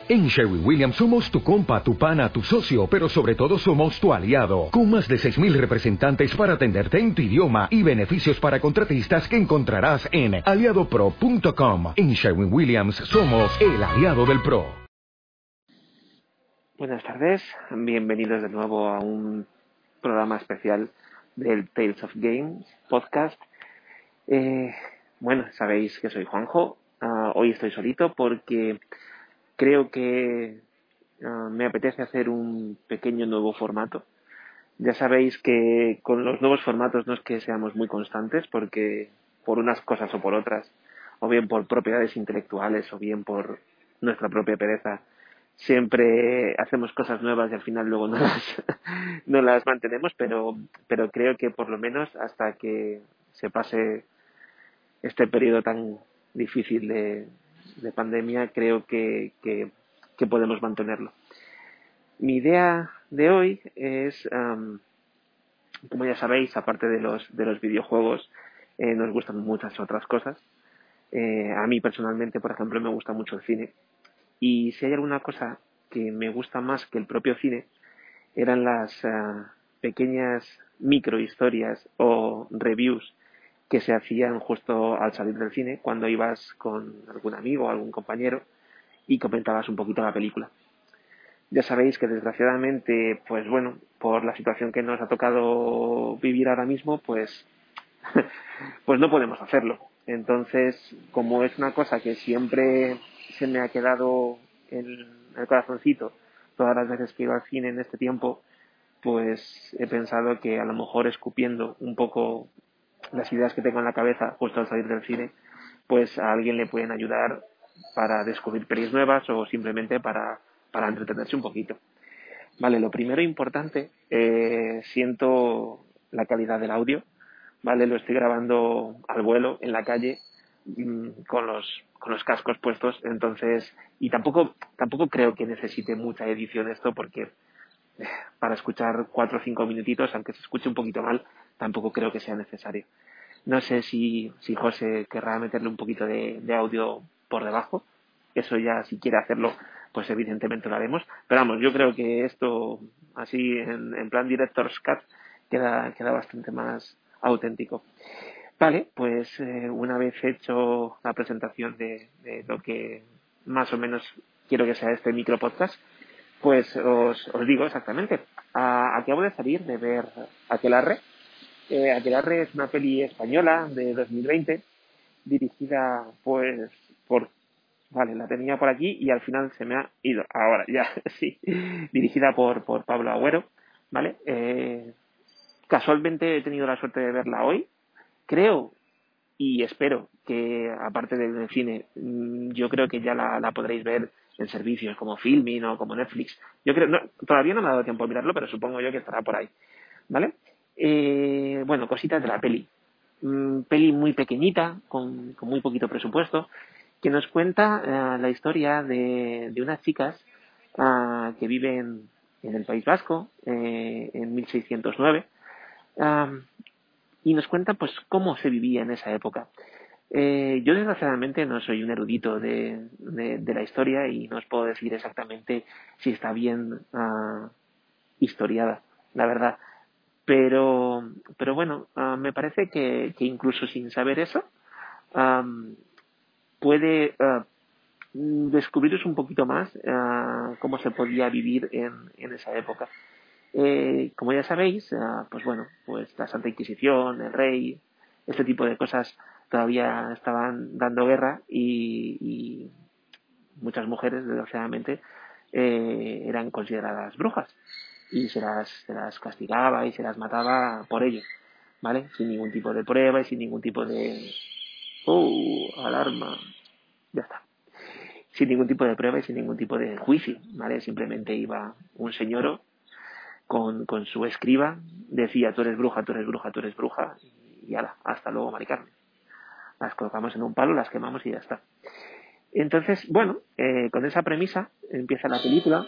En Sherwin-Williams somos tu compa, tu pana, tu socio, pero sobre todo somos tu aliado, con más de 6,000 representantes para atenderte en tu idioma y beneficios para contratistas que encontrarás en aliadopro.com. En Sherwin-Williams somos el aliado del pro. Buenas tardes, bienvenidos de nuevo a un programa especial del Tales of Games podcast. Sabéis que soy Juanjo. Hoy estoy solito porque creo que me apetece hacer un pequeño nuevo formato. Ya sabéis que con los nuevos formatos no es que seamos muy constantes, porque por unas cosas o por otras, o bien por propiedades intelectuales o bien por nuestra propia pereza, siempre hacemos cosas nuevas y al final luego no las mantenemos, pero creo que por lo menos hasta que se pase este periodo tan difícil de pandemia, creo que podemos mantenerlo. Mi idea de hoy es, como ya sabéis, aparte de los videojuegos, nos gustan muchas otras cosas. A mí personalmente, por ejemplo, me gusta mucho el cine. Y si hay alguna cosa que me gusta más que el propio cine, eran las pequeñas microhistorias o reviews que se hacían justo al salir del cine, cuando ibas con algún amigo o algún compañero y comentabas un poquito la película. Ya sabéis que desgraciadamente, pues bueno, por la situación que nos ha tocado vivir ahora mismo, pues no podemos hacerlo. Entonces, como es una cosa que siempre se me ha quedado en el corazoncito todas las veces que iba al cine en este tiempo, pues he pensado que a lo mejor escupiendo un poco las ideas que tengo en la cabeza justo al salir del cine, pues a alguien le pueden ayudar para descubrir pelis nuevas o simplemente para entretenerse un poquito. Vale, lo primero importante, siento la calidad del audio, vale, lo estoy grabando al vuelo en la calle con los cascos puestos, entonces, y tampoco creo que necesite mucha edición esto, porque para escuchar 4 o 5 minutitos, aunque se escuche un poquito mal, tampoco creo que sea necesario. No sé si José querrá meterle un poquito de audio por debajo. Eso ya, si quiere hacerlo, pues evidentemente lo haremos. Pero vamos, yo creo que esto, así en plan Director's Cut, queda bastante más auténtico. Vale, pues una vez hecho la presentación de lo que más o menos quiero que sea este micro podcast, pues os digo exactamente. Acabo de salir de ver Aquelarre. Aquelarre es una peli española de 2020 dirigida pues por... Vale, la tenía por aquí y al final se me ha ido. Ahora, ya, sí. Dirigida por Pablo Agüero, ¿vale? Casualmente he tenido la suerte de verla hoy. Creo y espero que, aparte del cine, yo creo que ya la podréis ver en servicios como Filmin o como Netflix. Yo creo, no, todavía no me ha dado tiempo a mirarlo, pero supongo yo que estará por ahí, ¿vale? Bueno, cositas de la peli. Peli muy pequeñita, con muy poquito presupuesto, que nos cuenta la historia de unas chicas que viven en el País Vasco en 1609, y nos cuenta pues cómo se vivía en esa época. Yo desgraciadamente no soy un erudito de la historia y no os puedo decir exactamente si está bien historiada, la verdad. Pero bueno, me parece que incluso sin saber eso, puede descubriros un poquito más cómo se podía vivir en esa época. Como ya sabéis, pues bueno, pues la Santa Inquisición, el rey, este tipo de cosas todavía estaban dando guerra y muchas mujeres, desgraciadamente, eran consideradas brujas y se las castigaba y se las mataba por ello, ¿vale? Sin ningún tipo de prueba y sin ningún tipo de... ¡Oh! Alarma. Ya está. Sin ningún tipo de prueba y sin ningún tipo de juicio, ¿vale? Simplemente iba un señor con su escriba, decía: tú eres bruja, tú eres bruja, tú eres bruja, y ala, hasta luego, Mari Carmen. Las colocamos en un palo, las quemamos y ya está. Entonces, bueno, con esa premisa empieza la película.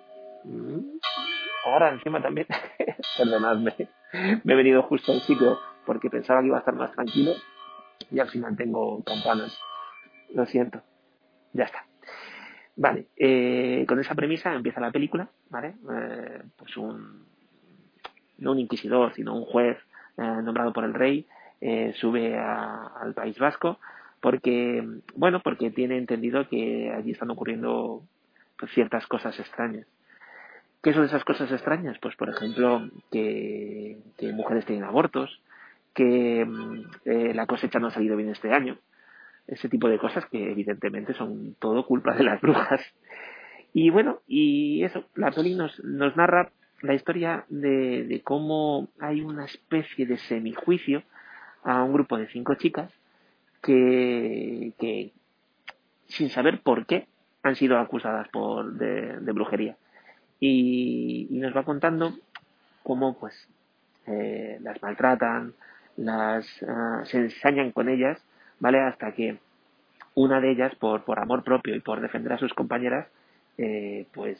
Ahora encima también, perdonadme, me he venido justo al sitio porque pensaba que iba a estar más tranquilo y al final tengo campanas. Lo siento, ya está. Vale, con esa premisa empieza la película, ¿vale? Pues no un inquisidor, sino un juez nombrado por el rey sube al País Vasco porque, bueno, porque tiene entendido que allí están ocurriendo pues, ciertas cosas extrañas. ¿Qué son esas cosas extrañas? Pues, por ejemplo, que mujeres tienen abortos, que la cosecha no ha salido bien este año, ese tipo de cosas que evidentemente son todo culpa de las brujas. Y bueno, y eso, la peli nos narra la historia de cómo hay una especie de semijuicio a un grupo de 5 chicas que sin saber por qué han sido acusadas de brujería. Y nos va contando cómo pues las maltratan, se ensañan con ellas, ¿vale? Hasta que una de ellas, por amor propio y por defender a sus compañeras, pues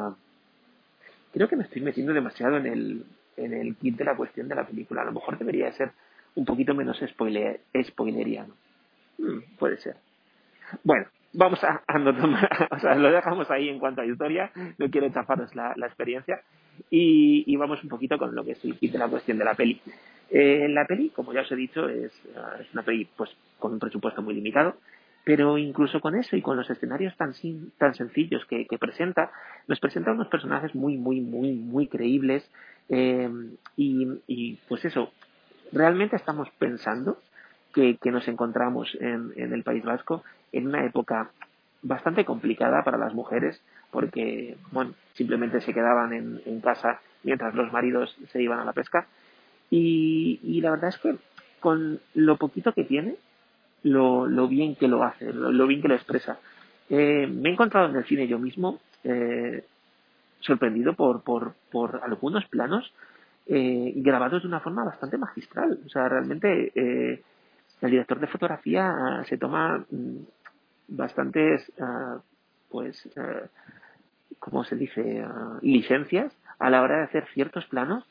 creo que me estoy metiendo demasiado en el kit de la cuestión de la película. A lo mejor debería ser un poquito menos spoileriano. Puede ser. Bueno, vamos no tomar, o sea, lo dejamos ahí en cuanto a historia, no quiero taparos la experiencia y vamos un poquito con lo que es el kit de la cuestión de la peli. La peli, como ya os he dicho, es una peli pues con un presupuesto muy limitado, pero incluso con eso y con los escenarios tan sencillos que presenta, nos presenta unos personajes muy creíbles eh, pues eso, realmente estamos pensando que nos encontramos en el País Vasco en una época bastante complicada para las mujeres porque, bueno, simplemente se quedaban en casa mientras los maridos se iban a la pesca y la verdad es que con lo poquito que tiene, lo bien que lo hace, lo bien que lo expresa. Me he encontrado en el cine yo mismo sorprendido por algunos planos grabados de una forma bastante magistral. O sea, realmente el director de fotografía se toma bastantes, pues, ¿cómo se dice?, licencias a la hora de hacer ciertos planos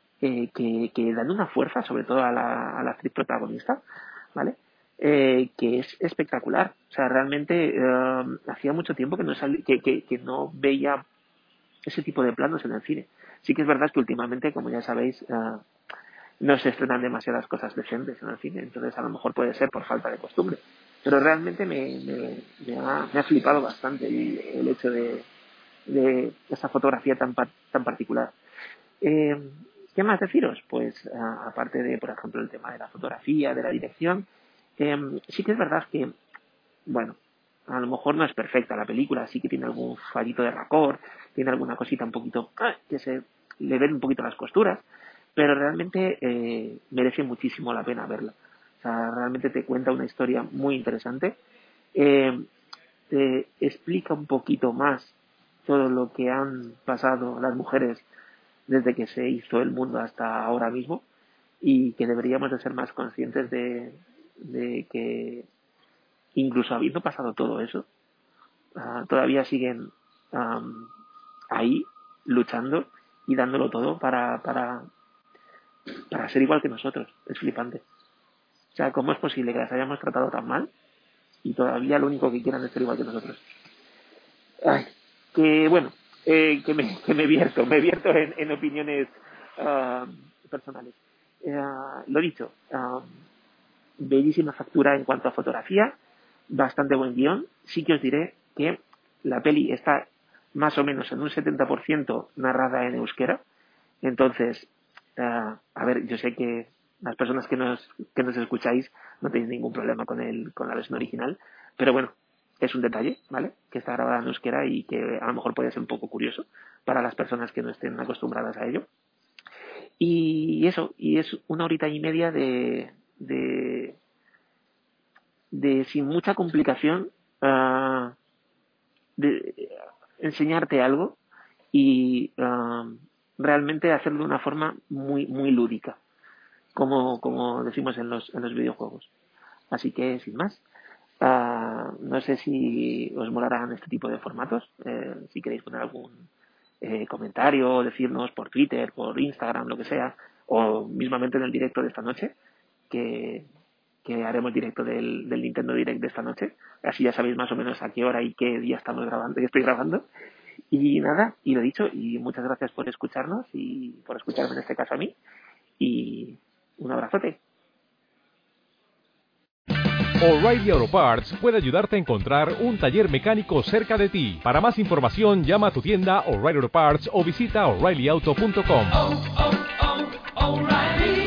que dan una fuerza, sobre todo a la actriz protagonista, ¿vale? Que es espectacular. O sea, realmente hacía mucho tiempo que que no veía ese tipo de planos en el cine. Sí que es verdad que últimamente, como ya sabéis, no se estrenan demasiadas cosas decentes en el cine, entonces a lo mejor puede ser por falta de costumbre. Pero realmente me ha flipado bastante el hecho de esa fotografía tan particular. Eh, ¿Qué más deciros? Pues aparte de, por ejemplo, el tema de la fotografía, de la dirección, sí que es verdad que, bueno, a lo mejor no es perfecta la película, sí que tiene algún fallito de racor, tiene alguna cosita un poquito que se le ven un poquito las costuras, pero realmente merece muchísimo la pena verla. O sea, realmente te cuenta una historia muy interesante, eh, te explica un poquito más todo lo que han pasado las mujeres desde que se hizo el mundo hasta ahora mismo y que deberíamos de ser más conscientes de que incluso habiendo pasado todo eso, todavía siguen ahí luchando y dándolo todo para ser igual que nosotros. Es flipante. O sea, ¿cómo es posible que las hayamos tratado tan mal y todavía lo único que quieran es ser igual que nosotros? Ay, que bueno, me vierto en opiniones ah, personales. Lo dicho, bellísima factura en cuanto a fotografía, bastante buen guión. Sí que os diré que la peli está más o menos en un 70% narrada en euskera. Entonces, a ver, yo sé que las personas que nos escucháis no tenéis ningún problema con la versión original, pero bueno, es un detalle, ¿vale? Que está grabada en euskera y que a lo mejor puede ser un poco curioso para las personas que no estén acostumbradas a ello. Y eso, y es 1 horita y media de sin mucha complicación de enseñarte algo y realmente hacerlo de una forma muy lúdica, como decimos en los videojuegos. Así que, sin más, no sé si os molarán este tipo de formatos, si queréis poner algún comentario, decirnos por Twitter, por Instagram, lo que sea, o mismamente en el directo de esta noche, que, que haremos directo del Nintendo Direct de esta noche. Así ya sabéis más o menos a qué hora y qué día estamos grabando, y estoy grabando. Y nada, y lo dicho, y muchas gracias por escucharnos y por escucharme en este caso a mí. Y un abrazote. O'Reilly Auto Parts puede ayudarte a encontrar un taller mecánico cerca de ti. Para más información, llama a tu tienda O'Reilly Auto Parts o visita O'ReillyAuto.com. O'Reilly